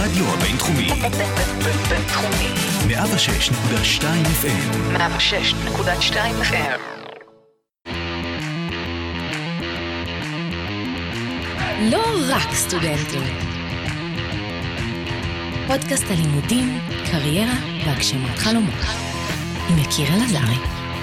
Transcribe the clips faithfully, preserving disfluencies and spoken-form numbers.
הרדיו הבינתחומי. בינתחומי. מאה ושש נקודה שתיים אף אם. מאה ושש נקודה שתיים אף אם. לא רק סטודנטים. פודקאסט הלימודים, קריירה והגשמת חלומות. עם יקיר אלעזרי.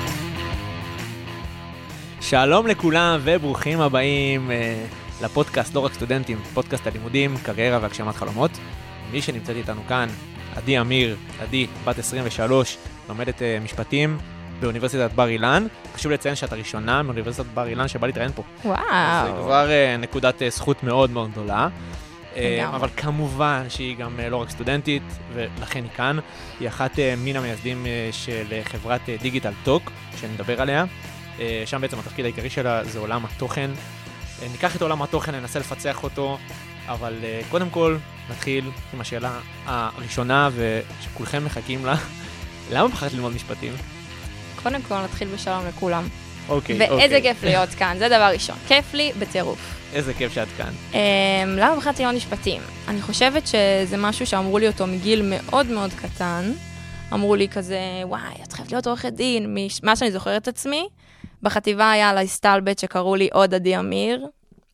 שלום לכולם וברוכים הבאים uh, לפודקאסט לא רק סטודנטים, פודקאסט הלימודים, קריירה והגשמת חלומות. מי שנמצאת איתנו כאן, עדי אמיר, עדי, בת עשרים ושלוש, לומדת uh, משפטים באוניברסיטת בר אילן. חשוב לציין שאת הראשונה מאוניברסיטת בר אילן שבא להתראיין פה. וואו. זה כבר uh, נקודת uh, זכות מאוד מאוד גדולה. Uh, אבל כמובן שהיא גם uh, לא רק סטודנטית, ולכן היא כאן. היא אחת uh, מן המייסדים uh, של uh, חברת uh, דיגיטל טוק, שנדבר עליה. שם בעצם התפקיד העיקרי שלה זה עולם התוכן. ניקח את עולם התוכן, ננסה לפצח אותו, אבל קודם כל נתחיל עם השאלה הראשונה ושכולכם מחכים לה. למה בחרת ללמוד משפטים? קודם כל נתחיל בשלום לכולם. אוקיי, ואיזה אוקיי. כיף להיות כאן, זה דבר ראשון. כיף לי בטירוף. איזה כיף שאת כאן. למה בחרתי ללמוד משפטים? אני חושבת שזה משהו שאמרו לי אותו מגיל מאוד מאוד קטן. אמרו לי כזה, וואי, את חייבת להיות עורכת דין, מה שאני זוכרת את עצמי. בחטיבה היה לה הסתלבט שקראו לי עוד עדי אמיר,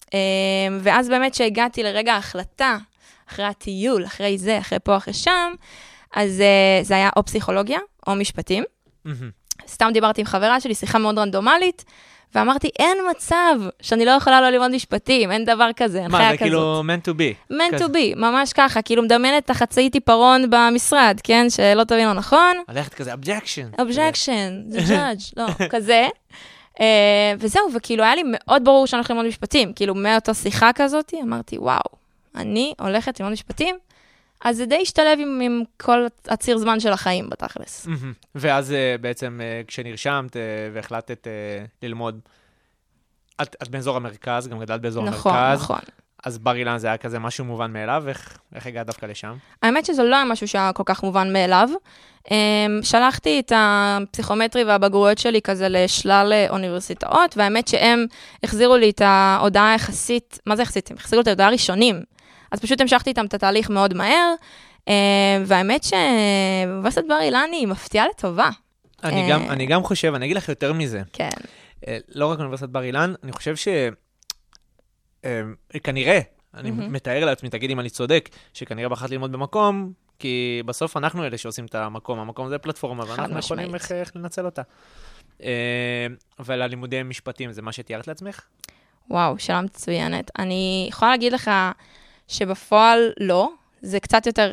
ואז באמת שהגעתי לרגע ההחלטה, אחרי הטיול, אחרי זה, אחרי פה, אחרי שם, אז זה היה או פסיכולוגיה, או משפטים. סתם דיברתי עם חברה שלי, שיחה מאוד רנדומלית, ואמרתי, אין מצב שאני לא יכולה לא ללמוד משפטים, אין דבר כזה, אין חיה כזאת. מה, זה כאילו meant to be? meant to be, ממש ככה, כאילו מדמיינת את החצאית עיפרון במשרד, כן, שלא תבינו נכון. הלכת כזה, objection. objection, the judge, לא, כזה. וזהו, וכאילו היה לי מאוד ברור שאני הולכת ללמוד משפטים, כאילו מאותה שיחה כזאת, אמרתי, וואו, אני הולכת ללמוד משפטים, אז זה די השתלב עם, עם כל הציר זמן של החיים בתכלס. ואז בעצם כשנרשמת והחלטת ללמוד, את, את באזור המרכז, גם גדלת באזור נכון, המרכז. נכון. אז בר אילן זה היה כזה משהו מובן מאליו, איך, איך הגעת דווקא לשם? האמת שזה לא היה משהו שהיה כל כך מובן מאליו. שלחתי את הפסיכומטרי והבגרויות שלי כזה לשלל אוניברסיטאות, והאמת שהם החזירו לי את ההודעה היחסית, מה זה יחסית? הם החזירו לי את ההודעה הראשונים. אז פשוט המשכתי איתם את התהליך מאוד מהר, והאמת שאוניברסיטת בר אילן היא מפתיעה לטובה. אני גם, אני גם חושב, אני אגיד לך יותר מזה. כן. לא רק אוניברסיטת בר אילן, אני חושב ש... כנראה, אני מתאר לעצמי, תגיד אם אני צודק, שכנראה בחרת ללמוד במקום, כי בסוף אנחנו אלה שעושים את המקום, המקום זה פלטפורמה, ואנחנו יכולים איך לנצל אותה. אבל הלימודי משפטים, זה מה שתיארת לעצמך? וואו, שאלה מצוינת. אני יכולה להגיד לך שבפועל לא, זה קצת יותר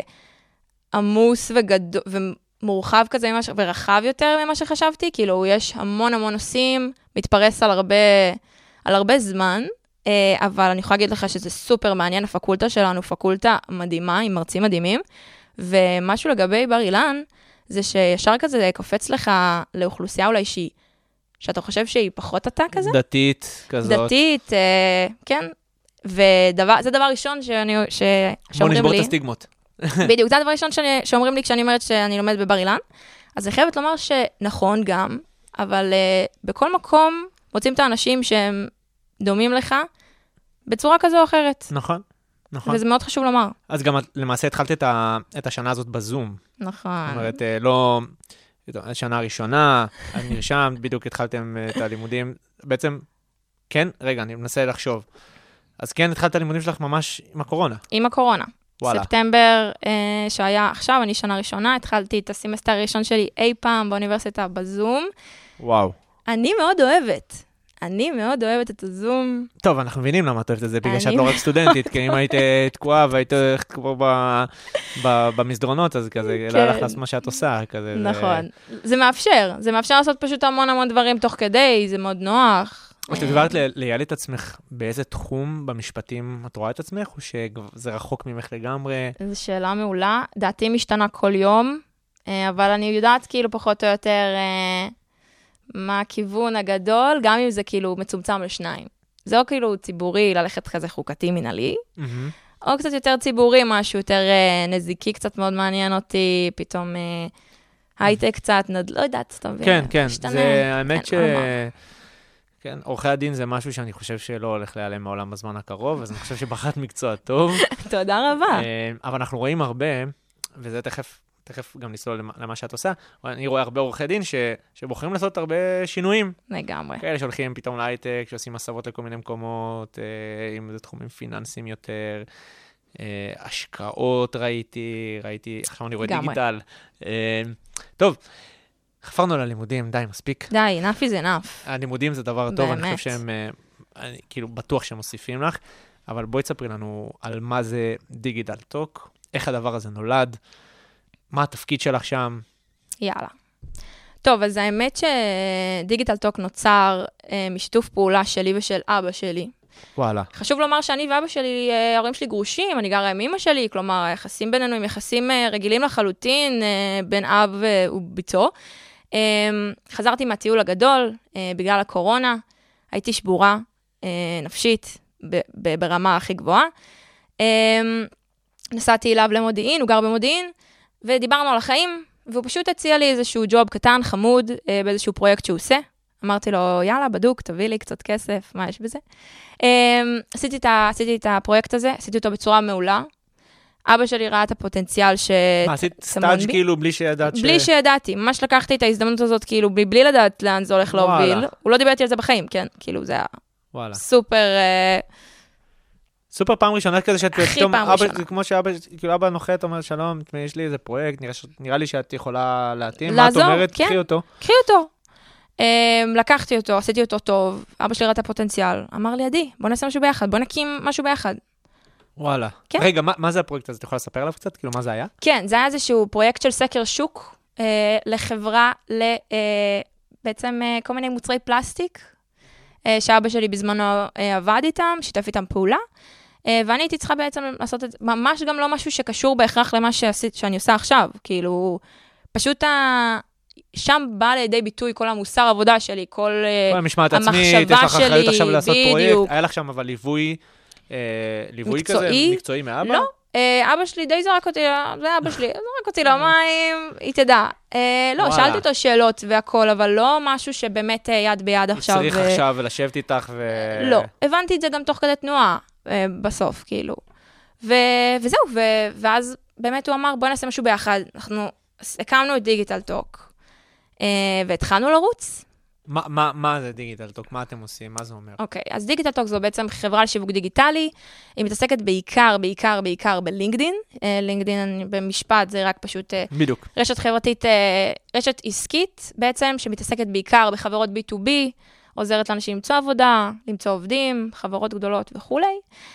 עמוס וגדול, ומורחב כזה, ורחב יותר ממה שחשבתי, כאילו יש המון המון נושאים, מתפרס על הרבה, על הרבה זמן, אבל אני יכולה להגיד לך שזה סופר מעניין, הפקולטה שלנו, פקולטה מדהימה, עם מרצים מדהימים, ומשהו לגבי בר אילן, זה שישר כזה קופץ לך לאוכלוסייה אולי שהיא, שאתה חושב שהיא פחות אתה כזה? דתית כזאת. דתית, כן, וזה דבר ראשון שאני, בוא נשבור את הסטיגמות. בדיוק, זה הדבר ראשון שאומרים לי כשאני אומרת שאני לומדת בבר אילן, אז אני חייבת לומר שנכון גם, אבל בכל מקום מוצאים את האנשים שהם דומים לך, בצורה כזו או אחרת. נכון, נכון. וזה מאוד חשוב לומר. אז גם למעשה התחלת את, ה, את השנה הזאת בזום. נכון. זאת אומרת, לא, השנה הראשונה, נרשמת, בדיוק התחלתם את הלימודים. בעצם, כן, רגע, אני מנסה לחשוב. אז כן, התחלת את הלימודים שלך ממש עם הקורונה. עם הקורונה. וואלה. ספטמבר אה, שהיה עכשיו, אני שנה ראשונה, התחלתי את הסמסטר הראשון שלי אי פעם באוניברסיטה בזום. וואו. אני מאוד אוהבת. אני מאוד אוהבת את הזום. טוב, אנחנו מבינים למה את אוהבת את זה, בגלל שאת לא רק סטודנטית, כי אם היית תקועה והיית כמו במסדרונות, אז כזה, לא הלך לעשות מה שאת עושה. נכון. זה מאפשר, זה מאפשר לעשות פשוט המון המון דברים תוך כדי, זה מאוד נוח. או שאתה דיברת ליעל את עצמך, באיזה תחום במשפטים את רואה את עצמך, או שזה רחוק ממך לגמרי? זו שאלה מעולה. דעתי משתנה כל יום, אבל אני יודעת כאילו פחות או יותר מה הכיוון הגדול, גם אם זה כאילו מצומצם לשניים. זה או כאילו ציבורי, ללכת כזה חוקתי מנהלי, או קצת יותר ציבורי, משהו יותר נזיקי, קצת מאוד מעניין אותי, פתאום הייטק קצת, לא יודעת, אתה מבין. כן, כן, זה האמת ש... כן, עורכי הדין זה משהו שאני חושב שלא הולך להיעלם מעולם בזמן הקרוב, אז אני חושב שבחרת מקצוע טוב. תודה רבה. אבל אנחנו רואים הרבה, וזה תכף, תכף גם נסלול למה שאת עושה, אני רואה הרבה עורכי דין ש, שבוחרים לעשות הרבה שינויים. לגמרי. כאלה שהולכים פתאום להייטק, שעושים הסבות לכל מיני מקומות, אם זה תחומים פיננסיים יותר, השקעות ראיתי, ראיתי, עכשיו אני רואה דיגיטל. טוב, חפרנו על הלימודים, די, מספיק. די, enough is enough. הלימודים זה דבר טוב, אני חושב שהם, אני כאילו בטוח שהם מוסיפים לך, אבל בואי תספרי לנו על מה זה דיגיטל טוק, איך הדבר הזה נולד, מה התפקיד שלך שם. יאללה. טוב, אז האמת שדיגיטל טוק נוצר אה, משיתוף פעולה שלי ושל אבא שלי. וואלה. חשוב לומר שאני ואבא שלי, אה, ההורים שלי גרושים, אני גרה עם אמא שלי, כלומר, היחסים בינינו הם יחסים אה, רגילים לחלוטין, אה, בין אב אה, וביתו. אה, חזרתי מהטיול הגדול, אה, בגלל הקורונה, הייתי שבורה, אה, נפשית, ב- ב- ברמה הכי גבוהה. אה, נסעתי אליו למודיעין, הוא גר במודיעין, ודיברנו על החיים, והוא פשוט הציע לי איזשהו ג'וב קטן, חמוד, אה, באיזשהו פרויקט שהוא עושה. אמרתי לו, יאללה, בדוק, תביא לי קצת כסף, מה יש בזה? אה, עשיתי, את ה, עשיתי את הפרויקט הזה, עשיתי אותו בצורה מעולה. אבא שלי ראה את הפוטנציאל ש... מה, עשית סטאג' כאילו בלי שידעת ש... בלי שידעתי, ממש לקחתי את ההזדמנות הזאת, כאילו, בלי, בלי לדעת לאן זה הולך להוביל. הוא לא דיבר איתי על זה בחיים, כן? כאילו, זה היה וואלה. סופר... אה, סופר פעם ראשונה כזה שאת פתאום, אבא, זה כמו שאבא, כאילו אבא נוחת, אומר שלום, יש לי איזה פרויקט, נראה, נראה לי שאת יכולה להתאים, מה את אומרת? כן, קחי אותו. קחי אותו. Um, לקחתי אותו, עשיתי אותו טוב, אבא שלי ראה את הפוטנציאל, אמר לי, עדי, בוא נעשה משהו ביחד, בוא נקים משהו ביחד. וואלה. כן. רגע, מה, מה זה הפרויקט הזה? אתה יכול לספר עליו קצת? כאילו, מה זה היה? כן, זה היה איזשהו פרויקט של סקר שוק, uh, לחברה, ל, uh, בעצם uh, כל מיני מוצרי פלסטיק, uh, שאבא שלי בזמנו uh, עבד איתם, שיתף איתם פעולה, Uh, ואני הייתי צריכה בעצם לעשות את זה, ממש גם לא משהו שקשור בהכרח למה שעשית, שאני עושה עכשיו, כאילו, פשוט ה... שם בא לידי ביטוי כל המוסר העבודה שלי, כל, כל המשמעת עצמית, יש לך אחריות עכשיו לעשות פרויקט, היה לך שם אבל ליווי, uh, ליווי מקצועי, כזה, מקצועי מאבא? לא, uh, אבא שלי די זרק אותי, זה אבא שלי, זרק אותי למים, היא תדע. Uh, לא, וואלה. שאלתי אותו שאלות והכל, אבל לא משהו שבאמת uh, יד ביד עכשיו. צריך ו... עכשיו ולשבת איתך ו... לא, הבנתי את זה גם תוך כדי תנועה. בסוף, כאילו. ו- וזהו, ו- ואז באמת הוא אמר, בוא נעשה משהו ביחד. אנחנו הקמנו את דיגיטל טוק, והתחלנו לרוץ. מה, מה, מה זה דיגיטל טוק? מה אתם עושים? מה זה אומר? אוקיי, אז דיגיטל טוק זו בעצם חברה לשיווק דיגיטלי, היא מתעסקת בעיקר, בעיקר, בעיקר בלינקדין. לינקדין במשפט זה רק פשוט... בדיוק. רשת חברתית, רשת עסקית בעצם, שמתעסקת בעיקר בחברות בי טו בי, עוזרת לאנשים למצוא עבודה, למצוא עובדים, חברות גדולות וכולי.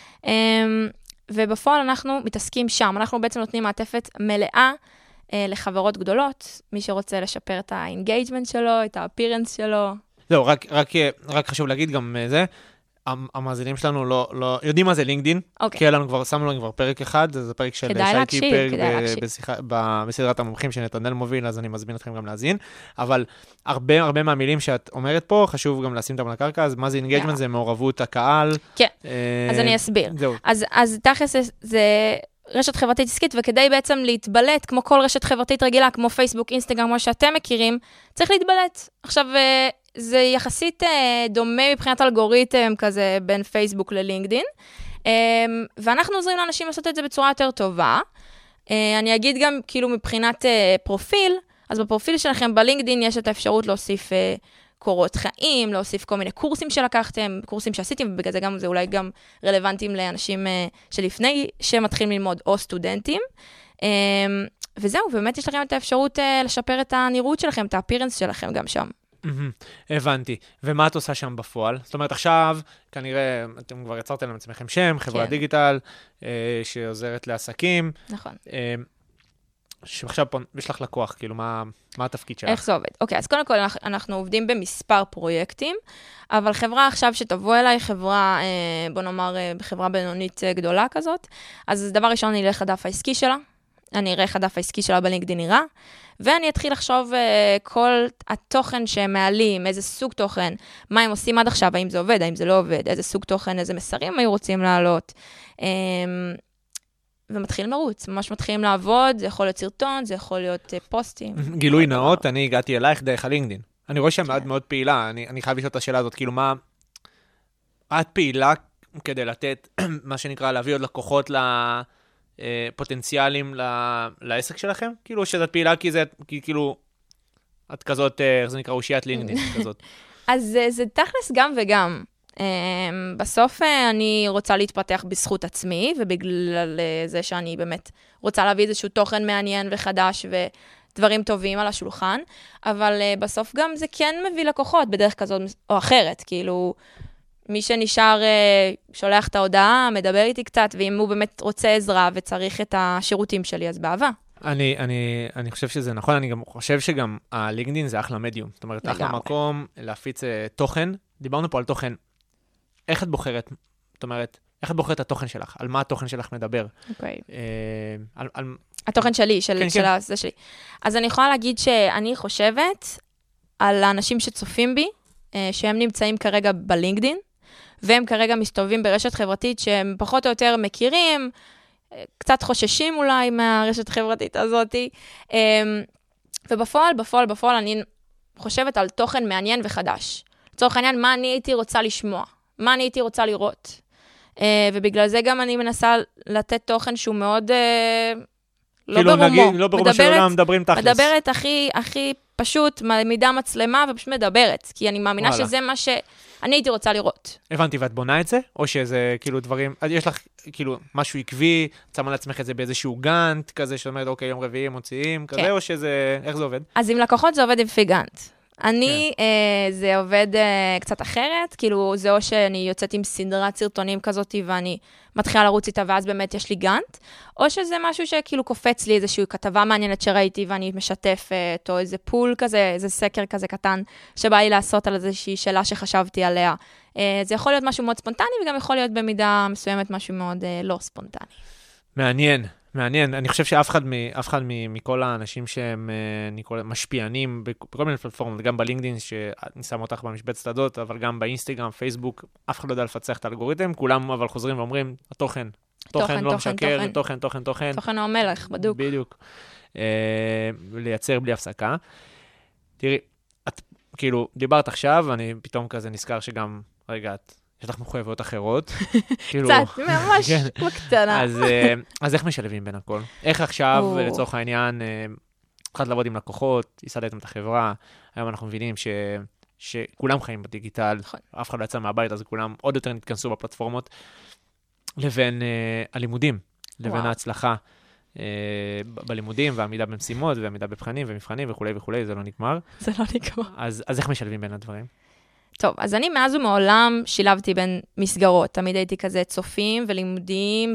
ובפועל אנחנו מתעסקים שם. אנחנו בעצם נותנים מעטפת מלאה לחברות גדולות, מי שרוצה לשפר את האינגייג'מנט שלו, את האפירנס שלו. זהו, רק, רק, רק חשוב להגיד גם זה, המאזינים שלנו לא, לא, יודעים מה זה לינקדין, okay. כי לנו כבר, שמנו לנו כבר פרק אחד, זה פרק של שייטי פרק בסדרת המומחים שנתנאל מוביל, אז אני מזמין אתכם גם להזין, אבל הרבה, הרבה מהמילים שאת אומרת פה, חשוב גם לשים אותם על הקרקע, אז מה זה אינגייג'מנט? Yeah. זה מעורבות הקהל. כן, okay. אה, אז אני אסביר. זהו. אז, אז תכלס זה רשת חברתית עסקית, וכדי בעצם להתבלט, כמו כל רשת חברתית רגילה, כמו פייסבוק, אינסטגרם, כמו שאתם מכירים, צריך להתבלט. עכשיו, זה יחסית דומה מבחינת אלגוריתם כזה בין פייסבוק ללינקדין, ואנחנו עוזרים לאנשים לעשות את זה בצורה יותר טובה. אני אגיד גם כאילו מבחינת פרופיל, אז בפרופיל שלכם בלינקדין יש את האפשרות להוסיף קורות חיים, להוסיף כל מיני קורסים שלקחתם, קורסים שעשיתם, ובגלל זה גם זה אולי גם רלוונטיים לאנשים שלפני שמתחילים ללמוד או סטודנטים. וזהו, באמת יש לכם את האפשרות לשפר את הנראות שלכם, את האפירנס שלכם גם שם. הבנתי. ומה את עושה שם בפועל? זאת אומרת, עכשיו, כנראה, אתם כבר יצרתם לעצמכם שם, חברת דיגיטל, שעוזרת לעסקים. נכון. שעכשיו פה יש לך לקוח, כאילו, מה התפקיד שלך? איך זה עובד? אוקיי, אז קודם כל, אנחנו עובדים במספר פרויקטים, אבל חברה עכשיו שתבוא אליי, חברה, בוא נאמר, חברה בינונית גדולה כזאת, אז דבר ראשון, אני אלך לדף העסקי שלה, אני אראה איך הדף העסקי שלה בלינקדין נראה, ואני אתחיל לחשוב uh, כל התוכן שהם מעלים, איזה סוג תוכן, מה הם עושים עד עכשיו, האם זה עובד, האם זה לא עובד, איזה סוג תוכן, איזה מסרים היו רוצים לעלות. Um, ומתחילים לרוץ, ממש מתחילים לעבוד, זה יכול להיות סרטון, זה יכול להיות uh, פוסטים. גילוי נאות, אני הגעתי אלייך דרך הלינקדין. אני רואה שאת מאוד פעילה, אני, אני חייב לשאול את השאלה הזאת, כאילו מה, את פעילה כדי לתת, מה שנקרא, להביא עוד לקוחות לפוטנציאלים לעסק שלכם? כאילו שאת פעילה כי זה, כי, כאילו, את כזאת, איך זה נקרא, אושיית לינקדין, כזאת. אז זה, זה תכלס גם וגם. בסוף אני רוצה להתפתח בזכות עצמי, ובגלל זה שאני באמת רוצה להביא איזשהו תוכן מעניין וחדש ודברים טובים על השולחן, אבל בסוף גם זה כן מביא לקוחות בדרך כזאת או אחרת, כאילו מי שנשאר שולח את ההודעה, מדבר איתי קצת, ואם הוא באמת רוצה עזרה וצריך את השירותים שלי, אז באהבה. אני, אני, אני חושב שזה נכון, אני גם חושב שגם הלינקדין זה אחלה מדיום, זאת אומרת, אחלה מקום להפיץ תוכן, דיברנו פה על תוכן, איך את בוחרת, זאת אומרת, איך את בוחרת את התוכן שלך? על מה התוכן שלך מדבר? אוקיי. אה, על, על... התוכן שלי, של, כן, של כן. הזה שלי. אז אני יכולה להגיד שאני חושבת על האנשים שצופים בי, שהם נמצאים כרגע בלינקדין, והם כרגע מסתובבים ברשת חברתית שהם פחות או יותר מכירים, קצת חוששים אולי מהרשת חברתית הזאת, ובפועל, בפועל, בפועל אני חושבת על תוכן מעניין וחדש. לצורך העניין, מה אני הייתי רוצה לשמוע? מה אני הייתי רוצה לראות? ובגלל זה גם אני מנסה לתת תוכן שהוא מאוד לא ברומו. לא ברומו שלא מדברים תכלס. מדברת הכי, הכי פשוט, מעמידה מצלמה ופשוט מדברת, כי אני מאמינה שזה מה ש... אני הייתי רוצה לראות. הבנתי, ואת בונה את זה? או שזה כאילו דברים, יש לך כאילו משהו עקבי, שמה לעצמך את זה באיזשהו גאנט, כזה שאומרת, אוקיי, יום רביעי מוציאים, כזה, או שזה, איך זה עובד? אז עם לקוחות זה עובד לפי גאנט. אני, זה עובד קצת אחרת, כאילו זה או שאני יוצאת עם סדרת סרטונים כזאת, ואני מתחילה לרוץ איתה, ואז באמת יש לי גאנט, או שזה משהו שכאילו קופץ לי איזושהי כתבה מעניינת שראיתי, ואני משתפת, או איזה פול כזה, איזה סקר כזה קטן, שבא לי לעשות על איזושהי שאלה שחשבתי עליה. זה יכול להיות משהו מאוד ספונטני, וגם יכול להיות במידה מסוימת משהו מאוד לא ספונטני. מעניין. מעניין, אני חושב שאף אחד, אף אחד מכל האנשים שהם משפיענים בכל מיני פלטפורמות, גם בלינקדין, שאני שם אותך במשבצת הזאת, אבל גם באינסטגרם, פייסבוק, אף אחד לא יודע לפצח את האלגוריתם, כולם אבל חוזרים ואומרים, התוכן, תוכן לא משקר, תוכן, תוכן, תוכן. תוכן הוא המלך, בדיוק. בדיוק. לייצר בלי הפסקה. תראי, את כאילו, דיברת עכשיו, אני פתאום כזה נזכר שגם, רגע, את... יש לך מחויבויות אחרות. קצת, ממש בקטנה. אז איך משלבים בין הכל? איך עכשיו, לצורך העניין, התחלת לעבוד עם לקוחות, ייסדתם את החברה, היום אנחנו מבינים שכולם חיים בדיגיטל, אף אחד לא יצא מהבית, אז כולם עוד יותר נתכנסו בפלטפורמות, לבין הלימודים, לבין ההצלחה בלימודים, והעמידה במשימות, והעמידה בבחנים ומבחנים וכו' וכו', זה לא נגמר. זה לא נגמר. אז איך משלבים בין הדברים? טוב, אז אני מאז ומעולם שילבתי בין מסגרות. תמיד הייתי כזה צופים ולימודים,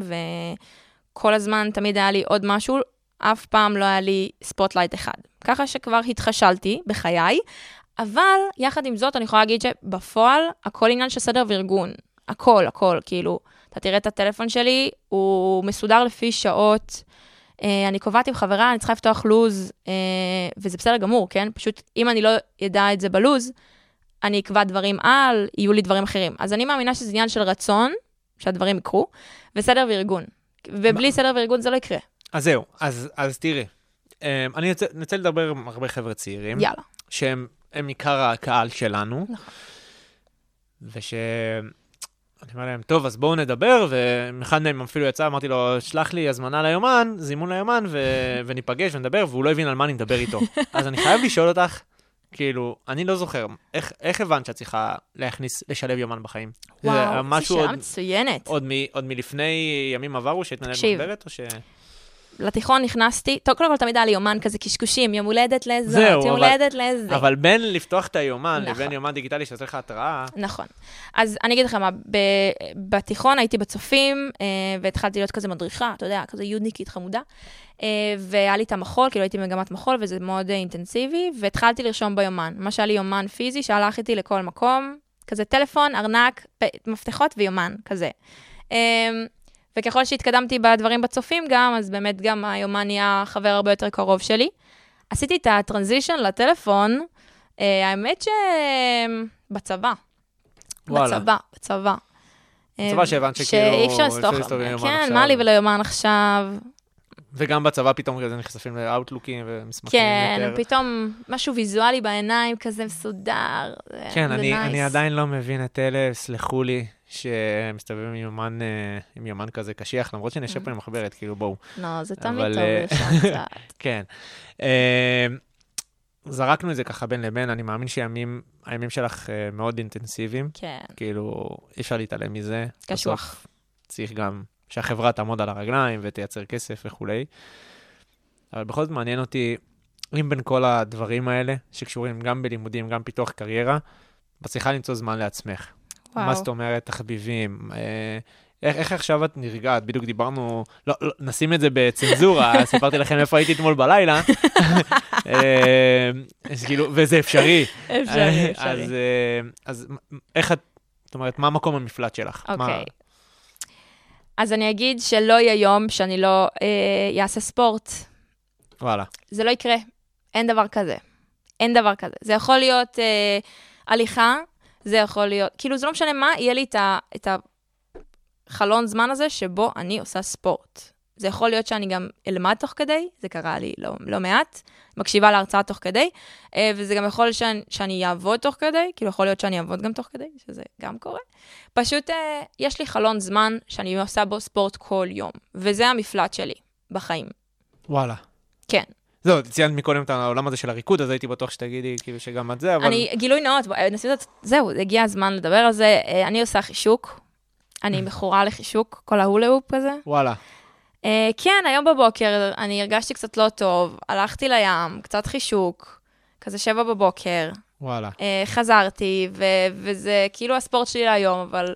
וכל הזמן תמיד היה לי עוד משהו, אף פעם לא היה לי ספוטלייט אחד. ככה שכבר התחשלתי בחיי, אבל יחד עם זאת אני יכולה להגיד שבפועל הכל עניין של סדר וארגון. הכל, הכל, כאילו, אתה תראה את הטלפון שלי, הוא מסודר לפי שעות, אני קובעת עם חברה, אני צריכה לפתוח לוז, וזה בסדר גמור, כן? פשוט אם אני לא ידע את זה בלוז, אני אקבע דברים על, יהיו לי דברים אחרים. אז אני מאמינה שזה עניין של רצון, שהדברים יקרו, וסדר וארגון. ובלי סדר וארגון זה לא יקרה. אז זהו, אז, אז תראי. אני נצא לדבר עם הרבה חבר'ה צעירים. יאללה. שהם עיקר הקהל שלנו. נכון. וש... אני אומר להם, טוב, אז בואו נדבר, ומאחד מהם אפילו יצא, אמרתי לו, שלח לי הזמנה ליומן, זימון ליומן, ו... וניפגש ונדבר, והוא לא הבין על מה אני מדבר איתו. אז אני חייב לשאול אותך, כאילו, אני לא זוכר, איך, איך הבנת שאת צריכה להכניס, לשלב יומן בחיים? וואו, זו שאלה מצוינת. עוד, מ, עוד מלפני ימים עברו, שהתנהל מדברת, או ש... לתיכון נכנסתי, טוב, קודם כל תמיד היה לי יומן כזה קשקושים, יום הולדת לזאת, יום הולדת לזה. אבל בין לפתוח את היומן, נכון. לבין יומן דיגיטלי שעושה לך התראה. נכון. אז אני אגיד לכם מה, בתיכון הייתי בצופים, והתחלתי להיות כזה מדריכה, אתה יודע, כזה יודניקית חמודה, והיה לי את המחול, כאילו הייתי במגמת מחול, וזה מאוד אינטנסיבי, והתחלתי לרשום ביומן. מה שהיה לי יומן פיזי, שהלך איתי לכל מקום, כזה טלפון, ארנק, מפתחות ויומן, כזה. וככל שהתקדמתי בדברים בצופים גם, אז באמת גם היומן נהיה חבר הרבה יותר קרוב שלי. עשיתי את הטרנזישן לטלפון, האמת שבצבא. וואלה. בצבא, בצבא. בצבא שהבנת שכאילו... שאי אפשר לסתוך. כן, מה לי וליומן עכשיו? וגם בצבא פתאום כזה נחשפים לאוטלוקים ומסמכים יותר. כן, פתאום משהו ויזואלי בעיניים כזה מסודר. כן, אני, אני עדיין לא מבין את אלה, סלחו לי, שמסתובבים עם יומן, עם יומן כזה קשיח, למרות שאני יושב פה עם מחברת, כאילו בואו. לא, זה תמיד טוב לשם קצת. כן. זרקנו את זה ככה בין לבין, אני מאמין שהימים, הימים שלך מאוד אינטנסיביים. כן. כאילו, אי אפשר להתעלם מזה. קשוח. צריך גם שהחברה תעמוד על הרגליים ותייצר כסף וכולי. אבל בכל זאת מעניין אותי, אם בין כל הדברים האלה, שקשורים גם בלימודים, גם פיתוח קריירה, בצריכה למצוא זמן לעצמך. וואו. מה זאת אומרת, תחביבים, אה, איך, איך עכשיו את נרגעת? בדיוק דיברנו, לא, לא, נשים את זה בצנזורה, סיפרתי לכם איפה הייתי אתמול בלילה, אה, אז כאילו, וזה אפשרי. אפשרי, אפשרי. אז, אה, אז איך את, זאת אומרת, מה המקום המפלט שלך? אוקיי. מה... אז אני אגיד שלא יהיה יום שאני לא אה, אעשה ספורט. וואלה. זה לא יקרה. אין דבר כזה. אין דבר כזה. זה יכול להיות אה, הליכה, זה יכול להיות, כאילו זה לא משנה מה, יהיה לי את, ה, את החלון זמן הזה שבו אני עושה ספורט. זה יכול להיות שאני גם אלמד תוך כדי, זה קרה לי לא, לא מעט, מקשיבה להרצאה תוך כדי, אה, וזה גם יכול להיות שאני, שאני אעבוד תוך כדי, כאילו יכול להיות שאני אעבוד גם תוך כדי, שזה גם קורה. פשוט אה, יש לי חלון זמן שאני עושה בו ספורט כל יום, וזה המפלט שלי בחיים. וואלה. כן. זהו, ציינת מקודם את העולם הזה של הריקוד, אז הייתי בטוח שתגידי כאילו שגם את זה, אבל... אני, גילוי נאות, זהו, הגיע הזמן לדבר על זה, אני עושה חישוק, אני מכורה לחישוק, כל ההולהופ כזה. וואלה. כן, היום בבוקר אני הרגשתי קצת לא טוב, הלכתי לים, קצת חישוק, כזה שבע בבוקר. וואלה. חזרתי, וזה כאילו הספורט שלי להיום, אבל...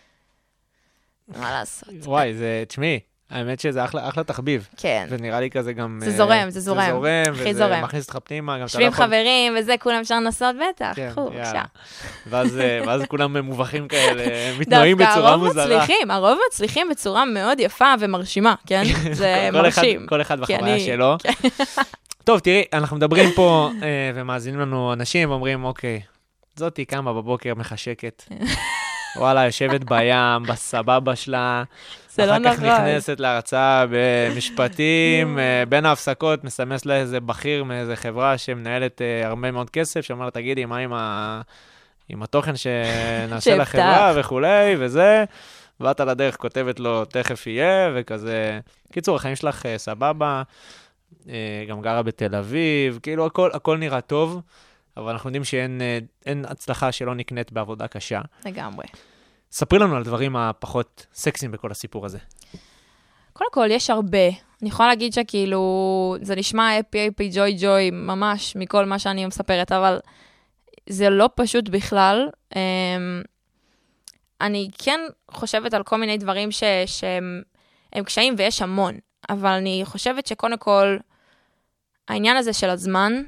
מה לעשות? וואי, זה, תשמעי, האמת שזה אחלה, אחלה תחביב. כן. ונראה לי כזה גם... זה זורם, זה זורם. זה זורם, הכי וזה זורם. מכניס אותך פנימה. שבים חברים וזה, כולם אפשר לנסות בטח. כן, קחו, בבקשה. ואז, ואז כולם ממווחים כאלה, מתנועים בצורה מוזרה. דווקא הרוב מצליחים, הרוב מצליחים בצורה מאוד יפה ומרשימה, כן? זה מרשים. כל אחד בחוויה שלו. טוב, תראי, אנחנו מדברים פה, ומאזינים לנו אנשים, ואומרים, אוקיי, זאתי קמה בבוקר מחשקת. וואלה, יושבת בים, בסבבה שלה, אחר כך נכנסת להרצאה במשפטים, בין ההפסקות מסמס לה איזה בכיר מאיזה חברה שמנהלת הרבה מאוד כסף, שאומר, תגידי, מה עם, ה... עם התוכן שנעשה לחברה וכולי, וזה, ואת על הדרך כותבת לו, תכף יהיה, וכזה, קיצור, החיים שלך סבבה, גם גרה בתל אביב, כאילו הכל, הכל נראה טוב, אבל אנחנו יודעים שאין אין הצלחה שלא נקנית בעבודה קשה. לגמרי. ספרי לנו על דברים הפחות סקסיים בכל הסיפור הזה. קודם כל, יש הרבה. אני יכולה להגיד שכאילו, זה נשמע אפי, אפי, ג'וי, ג'וי, ממש מכל מה שאני מספרת, אבל זה לא פשוט בכלל. אני כן חושבת על כל מיני דברים ש, שהם הם קשיים, ויש המון. אבל אני חושבת שקודם כל, העניין הזה של הזמן,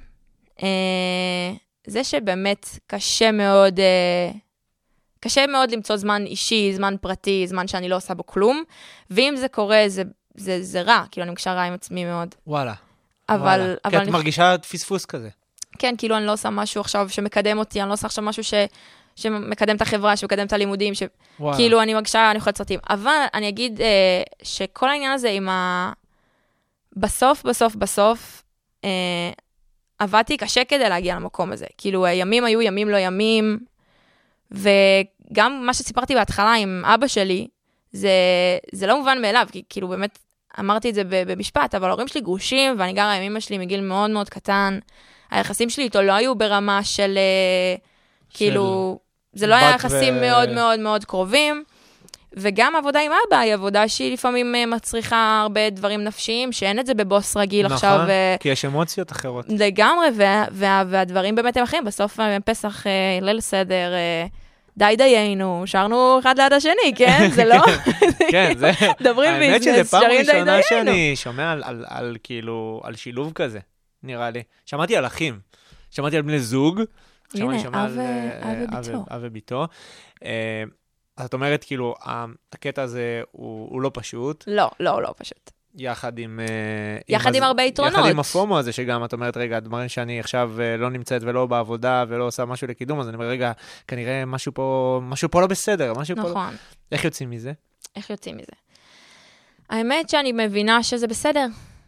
זה שבאמת קשה מאוד, קשה מאוד למצוא זמן אישי, זמן פרטי, זמן שאני לא עושה בו כלום, ואם זה קורה, זה, זה, זה רע, כאילו אני מקשה רע עם עצמי מאוד. וואלה. אבל, וואלה. אבל כי את אני... מרגישה פספוס כזה. כן, כאילו אני לא עושה משהו עכשיו שמקדם אותי, אני לא עושה עכשיו משהו ש... שמקדם את החברה, שמקדם את הלימודים, ש... כאילו אני מרגישה, אני יכולה לצרתים. אבל אני אגיד אה, שכל העניין הזה עם ה... בסוף, בסוף, בסוף, אה, עבדתי קשה כדי להגיע למקום הזה. כאילו, הימים היו ימים לא ימים, וגם מה שסיפרתי בהתחלה עם אבא שלי, זה, זה לא מובן מאליו, כי כאילו באמת אמרתי את זה במשפט, אבל ההורים שלי גרושים, ואני גרה עם אמא שלי מגיל מאוד מאוד קטן, היחסים שלי איתו לא היו ברמה של, של... כאילו, זה לא היה יחסים ו... מאוד מאוד מאוד קרובים, וגם עבודה עם אבא היא עבודה שהיא לפעמים מצריכה הרבה דברים נפשיים, שאין את זה בבוס רגיל נכון, עכשיו. נכון, כי יש אמוציות אחרות. לגמרי, וה, וה, והדברים באמת הם אחרים. בסוף פסח, ליל סדר, די דיינו, שרנו אחד ליד השני, כן? זה לא? כן, זה... דברים ביזנס, שרים די דיינו. האמת שזה פעם ראשונה שאני שומע על, על, על, כאילו, על שילוב כזה, נראה לי. שמעתי על אחים, שמעתי על בני זוג, הנה, אב וביתו. אב וביתו. אז את אומרת, כאילו, הקטע הזה הוא לא פשוט. לא, לא, לא פשוט. יחד עם... יחד עם הרבה יתרונות. יחד עם הפומו הזה, שגם את אומרת, רגע, דברים שאני עכשיו לא נמצאת ולא בעבודה ולא עושה משהו לקידום, אז אני אומר, רגע, כנראה משהו פה, משהו פה לא בסדר, משהו פה לא... נכון. איך יוצאים מזה? איך יוצאים מזה? האמת שאני מבינה שזה בסדר.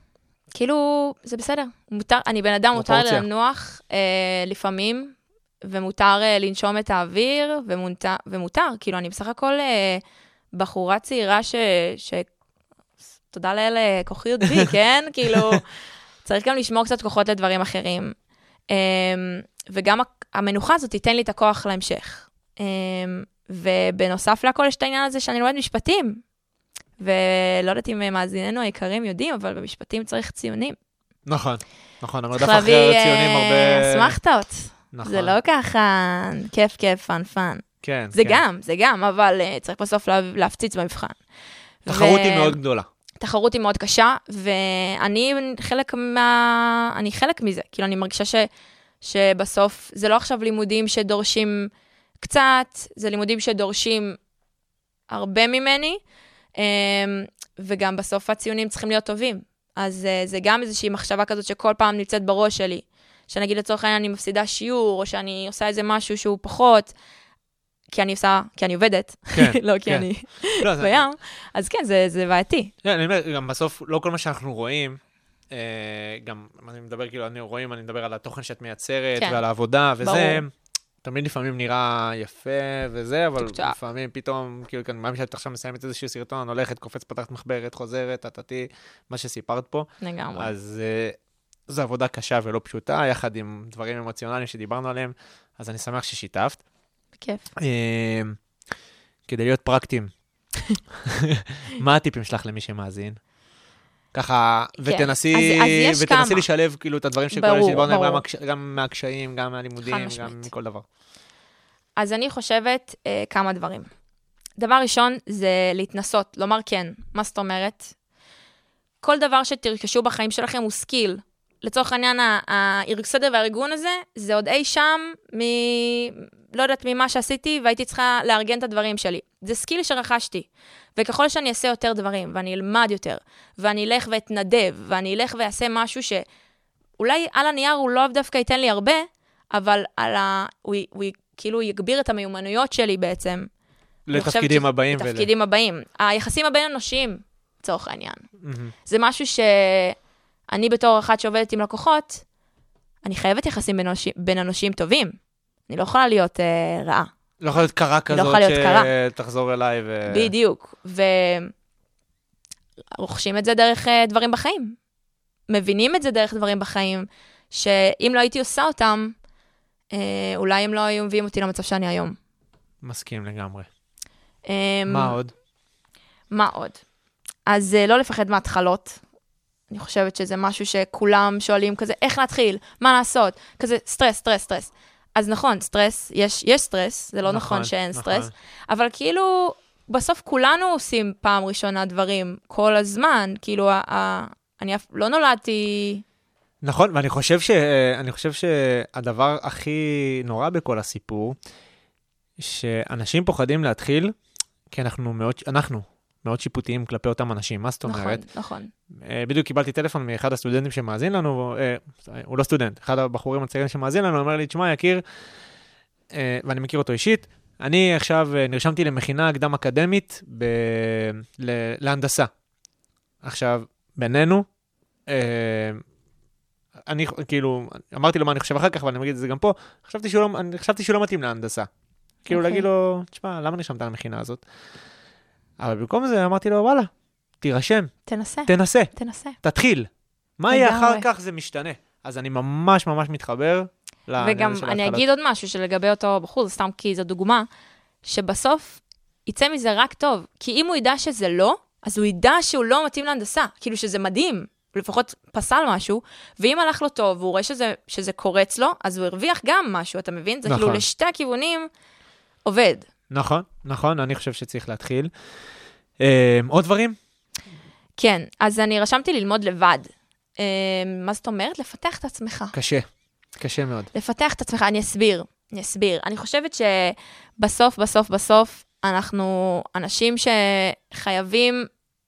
כאילו, זה בסדר. מותר, אני בן אדם, מותר פרופורציה. לנוח אה, לפעמים, ומותר אה, לנשום את האוויר, ומותר, ומותר. כאילו, אני בסך הכל אה, בחורה צעירה ש... ש... תודה לאל, כוחיות בי, כן? כאילו, צריך גם לשמור קצת כוחות לדברים אחרים. אה, וגם המנוחה הזאת תיתן לי את הכוח להמשך. אה, ובנוסף לכל, יש את העניין הזה שאני לומד משפטים. ולא יודעת אם מאזיננו היקרים יודעים, אבל במשפטים צריך ציונים. נכון, נכון, אבל צריך דווקא אחרי להביא הציונים אה, הרבה... אסמכתות. נכון. זה לא ככה כיף, כיף, פן, פן. כן, זה כן. גם, זה גם, אבל uh, צריך בסוף לה, להפציץ במבחן. תחרות ו- היא מאוד גדולה. תחרות היא מאוד קשה, ואני חלק מה... אני חלק מזה. כאילו, אני מרגישה ש... שבסוף זה לא עכשיו לימודים שדורשים קצת, זה לימודים שדורשים הרבה ממני, um, וגם בסוף הציונים צריכים להיות טובים. אז uh, זה גם איזושהי מחשבה כזאת שכל פעם נמצאת בראש שלי. שנגיד לצורך העניין אני מפסידה שיעור, או שאני עושה איזה משהו שהוא פחות, כי אני עושה, כי אני עובדת, כן, לא כי כן. אני לא, זה- בים, אז כן, זה, זה בעייתי. כן, אני אומר, גם בסוף, לא כל מה שאנחנו רואים, אה, גם, אני מדבר, כאילו, אני רואים, אני מדבר על התוכן שאת מייצרת, כן. ועל העבודה, וזה, ברור. תמיד לפעמים נראה יפה וזה, אבל צ'ופצ'אפ. לפעמים פתאום, כאילו, כאן, מה שאת עכשיו מסיימת איזשהו סרטון, הולכת, קופץ, פתחת מחברת, חוזרת, תתתי, מה שסיפרת פה. לגמרי. אז אה, זו עבודה קשה ולא פשוטה, יחד עם דברים אמוציונליים שדיברנו עליהם, אז אני שמח ששיתפת. בכיף. אה, כדי להיות פרקטיים, מה הטיפים שלך למי שמאזין? ככה, ותנסי, אז- אז יש ותנסי כמה. לשלב כאילו את הדברים שכל ברור, שדיברנו עליהם, ברור. גם מהקש- גם מהקשיים, גם מהלימודים, חד גם משמעית. מכל דבר. אז אני חושבת אה, כמה דברים. דבר ראשון זה להתנסות, לומר כן. מה זאת אומרת? כל דבר שתרכשו בחיים שלכם הוא סקיל. לצורך העניין, הסדר והארגון הזה, זה עוד אי שם מ... לא יודעת ממה שעשיתי, והייתי צריכה לארגן את הדברים שלי. זה סקיל שרכשתי. וככל שאני אעשה יותר דברים, ואני אלמד יותר, ואני אלך ואתנדב, ואני אלך ואעשה משהו שאולי על הנייר הוא לא דווקא ייתן לי הרבה, אבל על ה... הוא, הוא כאילו יגביר את המיומנויות שלי בעצם. אני חושבת לתפקידים שזה- הבאים. ול- לתפקידים הבאים. היחסים הבין אנושיים, לצורך העניין. מהמם. זה משהו שאני בתור אחת שעובדת עם לקוחות, אני חייבת יחסים בין אנושי- בין אנושיים טובים. אני לא יכולה להיות אה, רעה. לא יכול להיות קרה כזאת יכולה להיות קרה. שתחזור אליי ו... בדיוק. ורוכשים את זה דרך אה, דברים בחיים. מבינים את זה דרך דברים בחיים, שאם לא הייתי עושה אותם, אה, אולי הם לא היו מביאים אותי למצב שאני היום. מסכים לגמרי. אה, מה עוד? מה עוד? אז אה, לא לפחד מההתחלות. אני חושבת שזה משהו שכולם שואלים כזה, איך להתחיל? מה לעשות? כזה סטרס, סטרס, סטרס. אז נכון, סטרס, יש, יש סטרס, זה לא נכון, נכון, נכון שאין נכון. סטרס, אבל כאילו, בסוף כולנו עושים פעם ראשונה דברים, כל הזמן, כאילו, ה- ה- אני אף- לא נולדתי... נכון, ואני חושב ש... אני חושב שהדבר הכי נורא בכל הסיפור, שאנשים פוחדים להתחיל, כי אנחנו מאוד, אנחנו מאוד שיפוטיים כלפי אותם אנשים. מה זאת נכון, אומרת? נכון. אה, בדיוק קיבלתי טלפון מאחד הסטודנטים שמאזין לנו, אה, הוא לא סטודנט, אחד הבחורים הצעירים שמאזין לנו, אומר לי, תשמע, יקיר, אה, ואני מכיר אותו אישית, אני עכשיו אה, נרשמתי למכינה קדם אקדמית ב... ל... להנדסה. עכשיו, בינינו, אה, אני כאילו, אמרתי לו מה אני חושב אחר כך, אבל אני אגיד את זה גם פה, חשבתי שהוא לא, אני חשבתי שהוא לא מתאים להנדסה. כאילו אוקיי. להגיד לו, תשמע, למה נרשמת למכינה הזאת? אבל במקום זה אמרתי לו, וואלה, תירשם, תנסה, תנסה, תנסה. תתחיל. מה יהיה לגמרי. אחר כך זה משתנה. אז אני ממש ממש מתחבר לעניין וגם של אני ההתחלות. אגיד עוד משהו שלגבי אותו בחור, סתם כי זו דוגמה, שבסוף יצא מזה רק טוב. כי אם הוא ידע שזה לא, אז הוא ידע שהוא לא מתאים להנדסה. כאילו שזה מדהים, הוא לפחות פסל משהו, ואם הלך לו טוב והוא רואה שזה, שזה קורץ לו, אז הוא הרוויח גם משהו, אתה מבין? זה נכון. כאילו לשתי הכיוונים עובד. נכון, נכון, אני חושב שצריך להתחיל. אה, עוד דברים? כן, אז אני רשמתי ללמוד לבד. אה, מה זאת אומרת? לפתח את עצמך. קשה, קשה מאוד. לפתח את עצמך, אני אסביר, אני אסביר. אני חושבת שבסוף, בסוף, בסוף, אנחנו אנשים שחייבים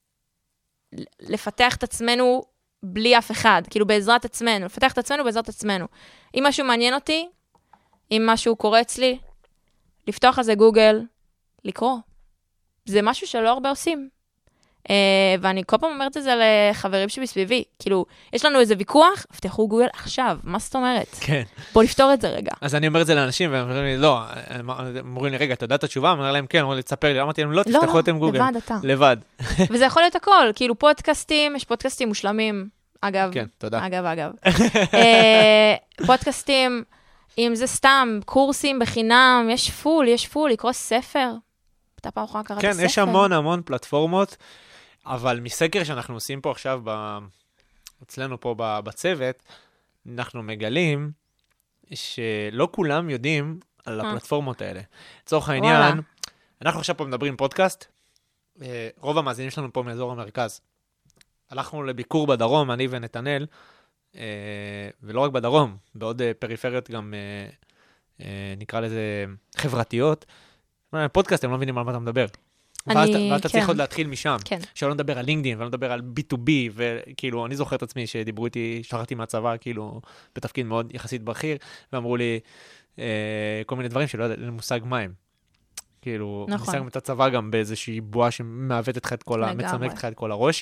לפתח את עצמנו בלי אף אחד, כאילו בעזרת עצמנו, לפתח את עצמנו בעזרת עצמנו. אם משהו מעניין אותי, אם משהו קורץ לי, לפתוח על זה גוגל, לקרוא. זה משהו שלא הרבה עושים. ואני כל פעם אומרת את זה לחברים שמסביבי, כאילו, יש לנו איזה ויכוח, פתחו גוגל עכשיו, מה זאת אומרת? כן. בוא נפתור את זה רגע. אז אני אומר את זה לאנשים, והם אומרים לי, לא, הם אומרים לי, רגע, אתה יודע את התשובה? אני אומר להם, כן, אומרים לי, תספר לי, אמרתי להם, לא, תפתחו אתם גוגל. לבד אתה. לבד. וזה יכול להיות הכל, כאילו פודקאסטים, יש פודקאסטים מושלמים, אגב. כן, תודה. אגב, אגב. פודקאסטים, אם זה סתם, קורסים בחינם, יש פול, יש פול, לקרוא ספר. אתה פעם אחרונה קראת כן, ספר? יש המון המון פלטפורמות, אבל מסקר שאנחנו עושים פה עכשיו, ב... אצלנו פה בצוות, אנחנו מגלים שלא כולם יודעים על הפלטפורמות האלה. לצורך העניין, אנחנו עכשיו פה מדברים פודקאסט, רוב המאזינים שלנו פה מאזור המרכז. הלכנו לביקור בדרום, אני ונתנאל, ולא רק בדרום, בעוד פריפריות גם, נקרא לזה, חברתיות. פודקאסט, הם לא מבינים על מה אתה מדבר. ואתה צריך עוד להתחיל משם. שלא נדבר על לינקדין, ולא נדבר על בי טו בי, וכאילו, אני זוכר את עצמי שדיברו איתי, שכחתי מהצבא, כאילו, בתפקיד מאוד יחסית בכיר, ואמרו לי כל מיני דברים שלא יודע, אין מושג מים. כאילו, אני שם את הצבא גם באיזושהי בועה שמעוות לך את כל, מצמק לך את כל הראש.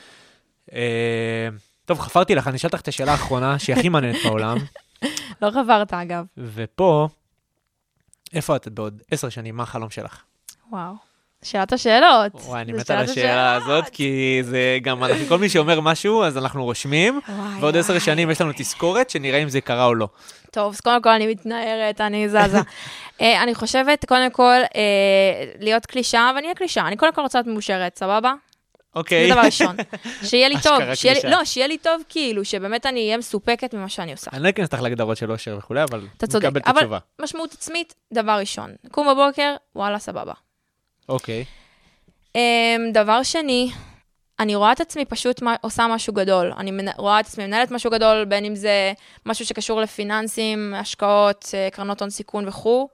טוב, חפרתי לך, אני שאלת לך את השאלה האחרונה, שהיא הכי מעניינת בעולם. לא חברת, אגב. ופה, איפה את בעוד עשר שנים, מה החלום שלך? וואו, שאלת השאלות. וואי, אני מת על השאלה הזאת, כי זה גם, כל מי שאומר משהו, אז אנחנו רושמים, ועוד עשר שנים יש לנו תזכורת, שנראה אם זה קרה או לא. טוב, אז קודם כל אני מתנערת, אני זזה. אני חושבת, קודם כל, להיות קלישה, ואני אהיה קלישה. אני קודם כל רוצה להיות מאושרת, סבבה? אוקיי. זה דבר ראשון. שיהיה לי טוב. לא, שיהיה לי טוב כאילו, שבאמת אני אהיה מסופקת ממה שאני עושה. אני לא אכנס לך להגדרות של אושר וכולי, אבל אתה צודק. נקבל את התשובה. אבל משמעות עצמית, דבר ראשון. קום בבוקר, וואלה, סבבה. אוקיי. דבר שני, אני רואה את עצמי פשוט עושה משהו גדול. אני רואה את עצמי מנהלת משהו גדול, בין אם זה משהו שקשור לפיננסים, השקעות, קרנות הון סיכון וכו'.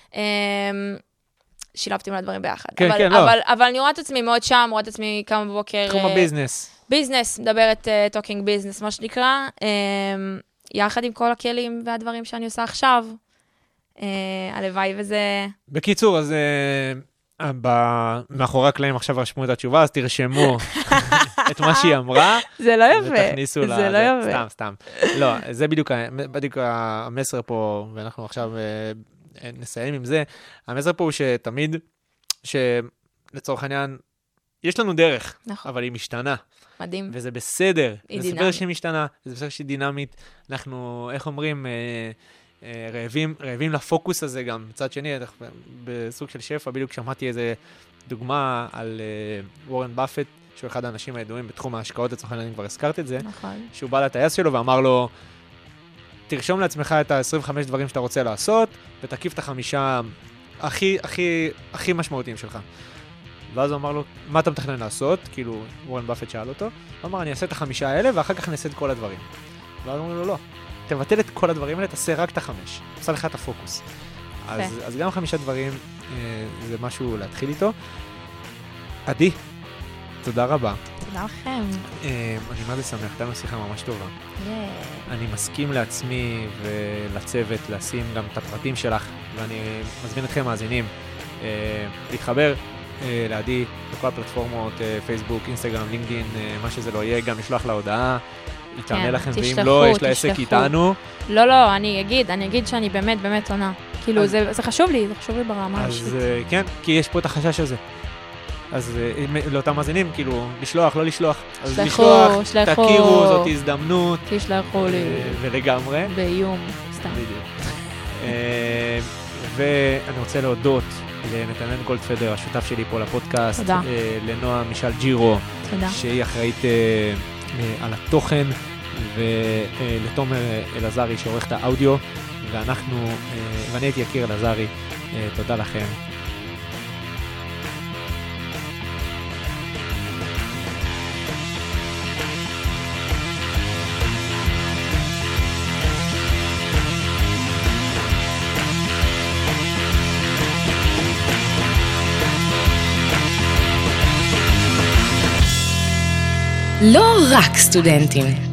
שילבתי מלא דברים ביחד. כן, אבל, כן, לא. אבל, אבל אני רואה את עצמי מאוד שם, רואה את עצמי כמה בבוקר... תחום הביזנס. ביזנס, מדברת uh, talking business, מה שנקרא, um, יחד עם כל הכלים והדברים שאני עושה עכשיו. Uh, הלוואי וזה... בקיצור, אז uh, ב... מאחורי הקלעים עכשיו רשמו את התשובה, אז תרשמו את מה שהיא אמרה. זה לא יפה. ותכניסו זה לה... לא יפה. סתם, סתם. לא, זה בדיוק, בדיוק המסר פה, ואנחנו עכשיו... נסיים עם זה. המסר פה הוא שתמיד, שלצורך העניין, יש לנו דרך, נכון. אבל היא משתנה. מדהים. וזה בסדר. היא זה בסדר שהיא משתנה, זה בסדר שהיא דינמית. אנחנו, איך אומרים, אה, אה, רעבים, רעבים לפוקוס הזה גם. מצד שני, בסוג של שפע, בדיוק שמעתי איזה דוגמה על אה, וורן באפט, שהוא אחד האנשים הידועים בתחום ההשקעות, לצורך העניין, אני כבר הזכרת את זה. נכון. שהוא בא לטייס שלו ואמר לו, תרשום לעצמך את ה-עשרים וחמישה דברים שאתה רוצה לעשות, ותקיף את החמישה הכי, הכי, הכי משמעותיים שלך. ואז הוא אמר לו, מה אתה מתכנן לעשות? כאילו, וורן באפט שאל אותו. הוא אמר, אני אעשה את החמישה האלה, ואחר כך נעשה את כל הדברים. ואז הוא אמר לו, לא. תבטל את כל הדברים האלה, תעשה רק את החמש. עושה לך את הפוקוס. אז, אז גם חמישה דברים, אה, זה משהו להתחיל איתו. עדי, תודה רבה. תודה לכם. אה, אני מה זה שמח, הייתה לנו שיחה ממש טובה. אני מסכים לעצמי ולצוות לשים גם את הפרטים שלך, ואני מזמין אתכם מאזינים אה, להתחבר אה, לעדי בכל הפלטפורמות, אה, פייסבוק, אינסטגרם, לינקדין, אה, מה שזה לא יהיה, גם לשלוח לה הודעה, היא תענה לכם, ואם לא, יש לה עסק איתנו. לא, לא, אני אגיד, אני אגיד שאני באמת באמת עונה. כאילו, זה חשוב לי, זה חשוב לי ברמה. אז כן, כי יש פה את החשש הזה. אז לאותם מאזינים, כאילו, לשלוח, לא לשלוח. אז לשלוח, תכירו, זאת הזדמנות. תשלחו לי. ולגמרי. באיום, סתם. בדיוק. ואני רוצה להודות לנתנאל גולדפדר, השותף שלי פה לפודקאסט. תודה. לנועה מישל ג'ירו. תודה. שהיא אחראית על התוכן, ולתומר אלעזרי שעורך את האודיו. ואנחנו, ואני הייתי יקיר אלעזרי. תודה לכם. לא רק סטודנטים.